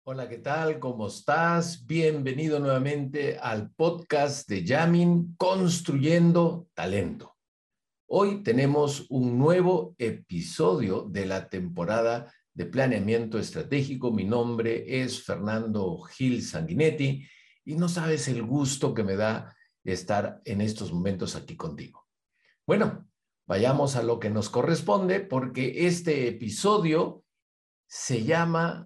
Hola, ¿qué tal? ¿Cómo estás? Bienvenido nuevamente al podcast de Yamin, Construyendo Talento. Hoy tenemos un nuevo episodio de la temporada de planeamiento estratégico. Mi nombre es Fernando Gil Sanguinetti y no sabes el gusto que me da estar en estos momentos aquí contigo. Bueno, vayamos a lo que nos corresponde porque este episodio se llama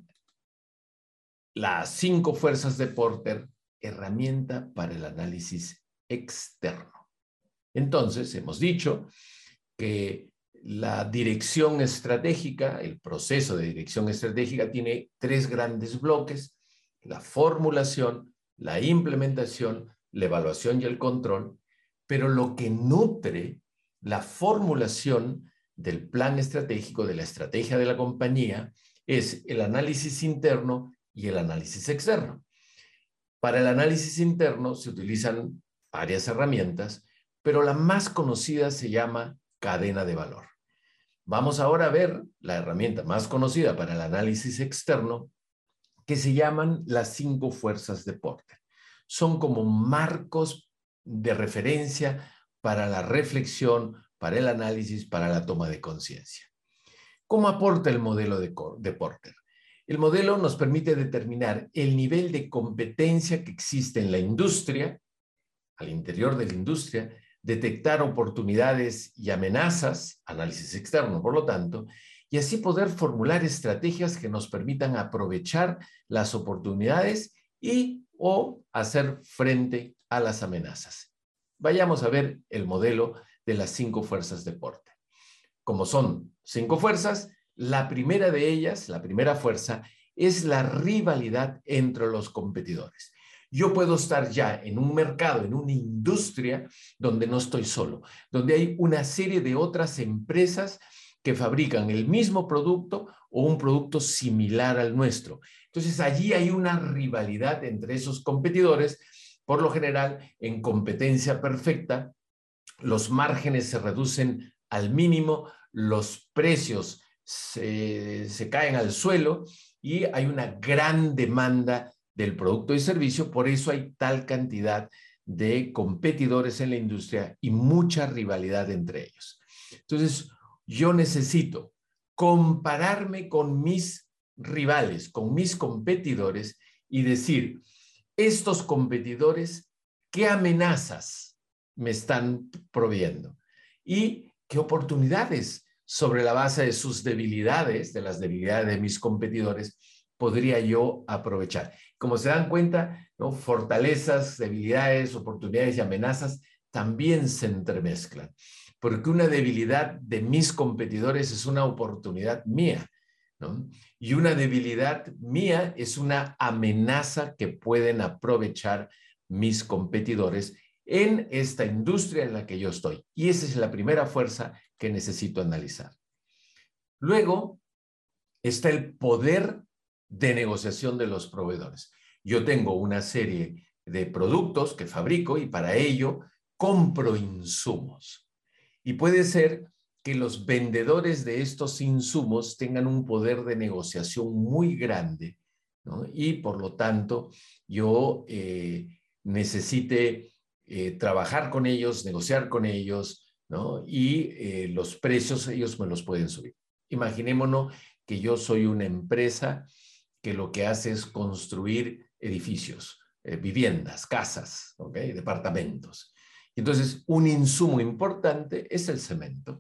Las 5 fuerzas de Porter, herramienta para el análisis externo. Entonces, hemos dicho que la dirección estratégica, el proceso de dirección estratégica tiene 3 grandes bloques: la formulación, la implementación, la evaluación y el control, pero lo que nutre la formulación del plan estratégico, de la estrategia de la compañía, es el análisis interno y el análisis externo. Para el análisis interno se utilizan varias herramientas, pero la más conocida se llama cadena de valor. Vamos ahora a ver la herramienta más conocida para el análisis externo, que se llaman las 5 fuerzas de Porter. Son como marcos de referencia para la reflexión, para el análisis, para la toma de conciencia. ¿Cómo aporta el modelo de Porter? El modelo nos permite determinar el nivel de competencia que existe en la industria, al interior de la industria, detectar oportunidades y amenazas, análisis externo, por lo tanto, y así poder formular estrategias que nos permitan aprovechar las oportunidades y o hacer frente a las amenazas. Vayamos a ver el modelo de las 5 fuerzas de Porter. Como son 5 fuerzas, la primera de ellas, la primera fuerza, es la rivalidad entre los competidores. Yo puedo estar ya en un mercado, en una industria donde no estoy solo, donde hay una serie de otras empresas que fabrican el mismo producto o un producto similar al nuestro. Entonces allí hay una rivalidad entre esos competidores. Por lo general, en competencia perfecta, los márgenes se reducen al mínimo, los precios se caen al suelo y hay una gran demanda del producto y servicio. Por eso hay tal cantidad de competidores en la industria y mucha rivalidad entre ellos. Entonces, yo necesito compararme con mis rivales, con mis competidores y decir, estos competidores, ¿qué amenazas me están proveyendo? ¿Y qué oportunidades sobre la base de sus debilidades, de las debilidades de mis competidores, podría yo aprovechar? Como se dan cuenta, ¿no? Fortalezas, debilidades, oportunidades y amenazas también se entremezclan, porque una debilidad de mis competidores es una oportunidad mía, ¿no? Y una debilidad mía es una amenaza que pueden aprovechar mis competidores en esta industria en la que yo estoy. Y esa es la primera fuerza que necesito analizar. Luego está el poder de negociación de los proveedores. Yo tengo una serie de productos que fabrico y para ello compro insumos. Y puede ser que los vendedores de estos insumos tengan un poder de negociación muy grande, ¿no? Y por lo tanto yo necesite trabajar con ellos, negociar con ellos, ¿no? Y los precios ellos me los pueden subir. Imaginémonos que yo soy una empresa que lo que hace es construir edificios, viviendas, casas, ¿okay? Departamentos. Entonces, un insumo importante es el cemento.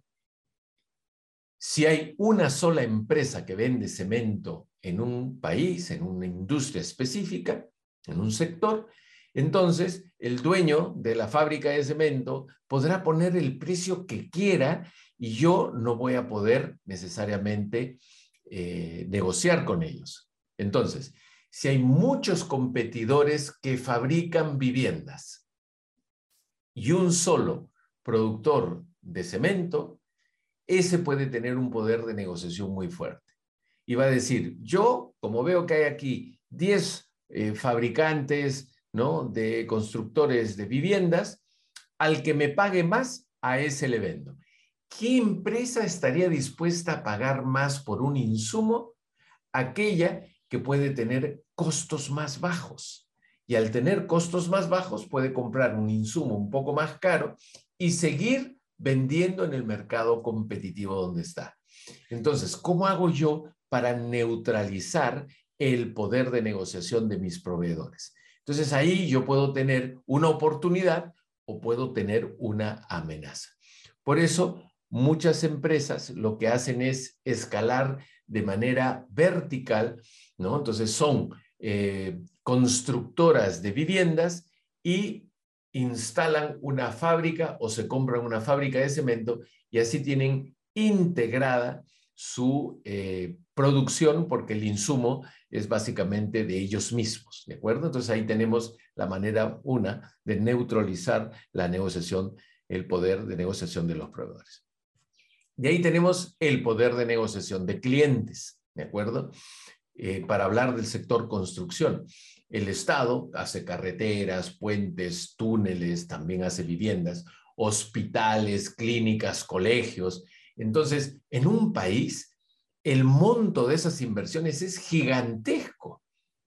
Si hay una sola empresa que vende cemento en un país, en una industria específica, en un sector, entonces el dueño de la fábrica de cemento podrá poner el precio que quiera y yo no voy a poder necesariamente negociar con ellos. Entonces, si hay muchos competidores que fabrican viviendas y un solo productor de cemento, ese puede tener un poder de negociación muy fuerte. Y va a decir, yo, como veo que hay aquí 10 fabricantes, ¿no? De constructores de viviendas, al que me pague más, a ese le vendo. ¿Qué empresa estaría dispuesta a pagar más por un insumo? Aquella que puede tener costos más bajos. Y al tener costos más bajos puede comprar un insumo un poco más caro y seguir vendiendo en el mercado competitivo donde está. Entonces, ¿cómo hago yo para neutralizar el poder de negociación de mis proveedores? Entonces, ahí yo puedo tener una oportunidad o puedo tener una amenaza. Por eso, muchas empresas lo que hacen es escalar de manera vertical, ¿no? Entonces, son constructoras de viviendas y instalan una fábrica o se compran una fábrica de cemento y así tienen integrada su producción porque el insumo es básicamente de ellos mismos, ¿de acuerdo? Entonces ahí tenemos la manera una de neutralizar la negociación, el poder de negociación de los proveedores. Y ahí tenemos el poder de negociación de clientes, ¿de acuerdo? Para hablar del sector construcción. El Estado hace carreteras, puentes, túneles, también hace viviendas, hospitales, clínicas, colegios. Entonces, en un país, el monto de esas inversiones es gigantesco.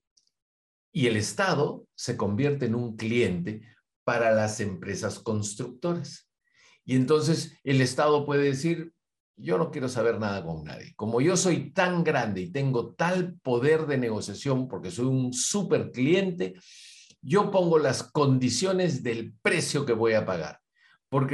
Y el Estado se convierte en un cliente para las empresas constructoras. Y entonces el Estado puede decir, yo no quiero saber nada con nadie. Como yo soy tan grande y tengo tal poder de negociación porque soy un super cliente, yo pongo las condiciones del precio que voy a pagar. Porque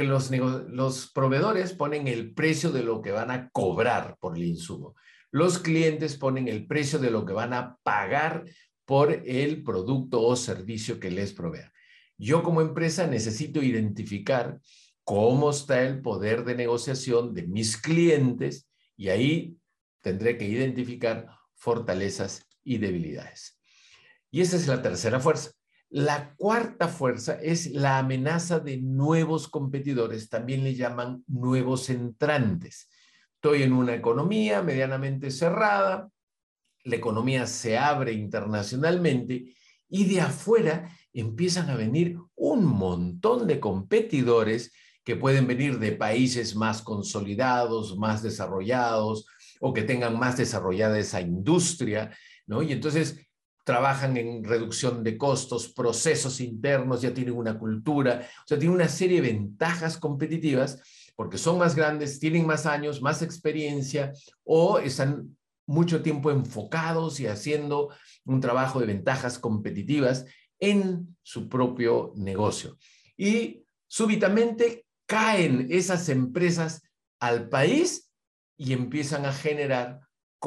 los proveedores ponen el precio de lo que van a cobrar por el insumo. Los clientes ponen el precio de lo que van a pagar por el producto o servicio que les provea. Yo como empresa necesito identificar cómo está el poder de negociación de mis clientes y ahí tendré que identificar fortalezas y debilidades. Y esa es la tercera fuerza. La cuarta fuerza es la amenaza de nuevos competidores, también le llaman nuevos entrantes. Estoy en una economía medianamente cerrada, la economía se abre internacionalmente y de afuera empiezan a venir un montón de competidores que pueden venir de países más consolidados, más desarrollados o que tengan más desarrollada esa industria, ¿no? Y entonces trabajan en reducción de costos, procesos internos, ya tienen una cultura, o sea, tienen una serie de ventajas competitivas porque son más grandes, tienen más años, más experiencia o están mucho tiempo enfocados y haciendo un trabajo de ventajas competitivas en su propio negocio. Y súbitamente caen esas empresas al país y empiezan a generar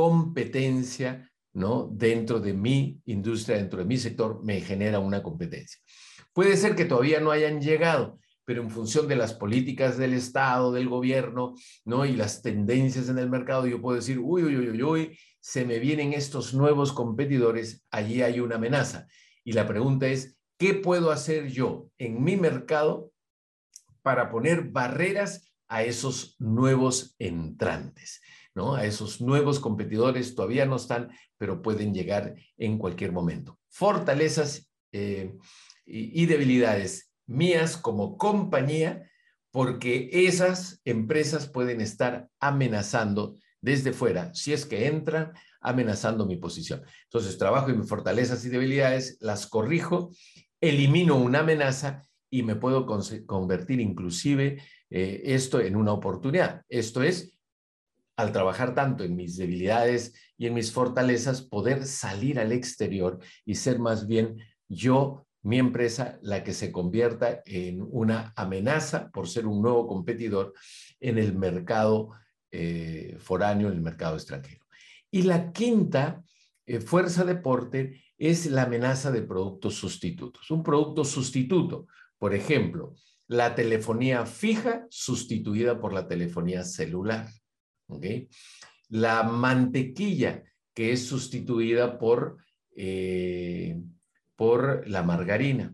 competencia, ¿no? Dentro de mi industria, dentro de mi sector, me genera una competencia. Puede ser que todavía no hayan llegado, pero en función de las políticas del Estado, del gobierno, ¿no? Y las tendencias en el mercado, yo puedo decir, uy, uy, uy, uy, uy, se me vienen estos nuevos competidores, allí hay una amenaza. Y la pregunta es, ¿qué puedo hacer yo en mi mercado para poner barreras a esos nuevos entrantes, ¿no? A esos nuevos competidores, todavía no están, pero pueden llegar en cualquier momento. Fortalezas y debilidades mías como compañía, porque esas empresas pueden estar amenazando desde fuera, si es que entran, amenazando mi posición. Entonces, trabajo en mis fortalezas y debilidades, las corrijo, elimino una amenaza y me puedo convertir inclusive esto en una oportunidad. Esto es, al trabajar tanto en mis debilidades y en mis fortalezas, poder salir al exterior y ser más bien yo, mi empresa, la que se convierta en una amenaza por ser un nuevo competidor en el mercado foráneo, en el mercado extranjero. Y la quinta fuerza de Porter es la amenaza de productos sustitutos. Un producto sustituto, por ejemplo, la telefonía fija sustituida por la telefonía celular. ¿Okay? La mantequilla, que es sustituida por la margarina.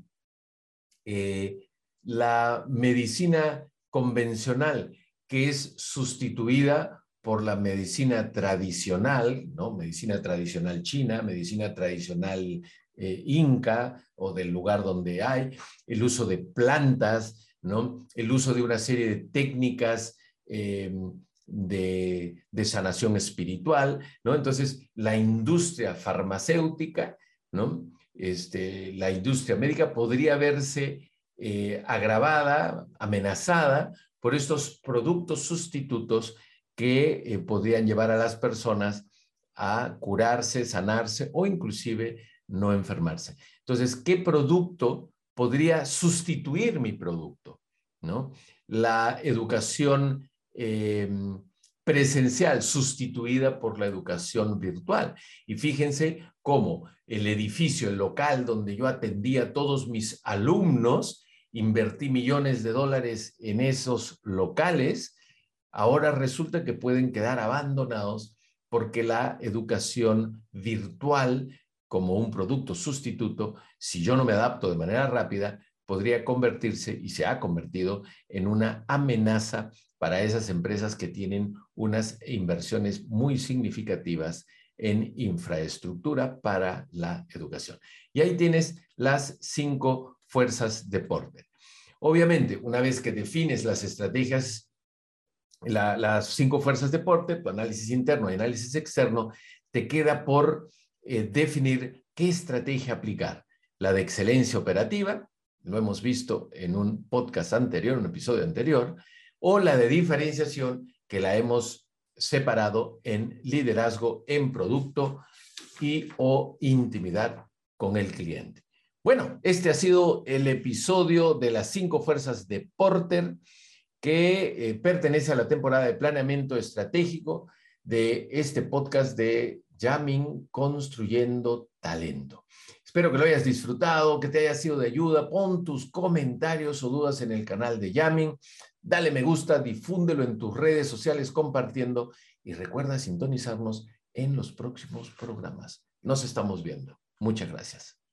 La medicina convencional, que es sustituida por la medicina tradicional, ¿no? Medicina tradicional china, medicina tradicional inca o del lugar donde hay, el uso de plantas, ¿no? El uso de una serie de técnicas de de sanación espiritual, ¿no? Entonces, la industria farmacéutica, ¿no? La industria médica podría verse agravada, amenazada por estos productos sustitutos que podrían llevar a las personas a curarse, sanarse o inclusive no enfermarse. Entonces, ¿qué producto podría sustituir mi producto? ¿No? La educación presencial sustituida por la educación virtual. Y fíjense cómo el edificio, el local donde yo atendía a todos mis alumnos, invertí millones de dólares en esos locales, ahora resulta que pueden quedar abandonados porque la educación virtual, como un producto sustituto, si yo no me adapto de manera rápida, podría convertirse, y se ha convertido, en una amenaza para esas empresas que tienen unas inversiones muy significativas en infraestructura para la educación. Y ahí tienes las 5 fuerzas de Porter. Obviamente, una vez que defines las estrategias, las 5 fuerzas de Porter, tu análisis interno y análisis externo, te queda por definir qué estrategia aplicar. La de excelencia operativa, lo hemos visto en un podcast anterior, un episodio anterior, o la de diferenciación, que la hemos separado en liderazgo en producto y o intimidad con el cliente. Bueno, este ha sido el episodio de las 5 fuerzas de Porter, que pertenece a la temporada de planeamiento estratégico de este podcast de Jamming Construyendo Talento. Espero que lo hayas disfrutado, que te haya sido de ayuda. Pon tus comentarios o dudas en el canal de Jamming. Dale me gusta, difúndelo en tus redes sociales compartiendo y recuerda sintonizarnos en los próximos programas. Nos estamos viendo. Muchas gracias.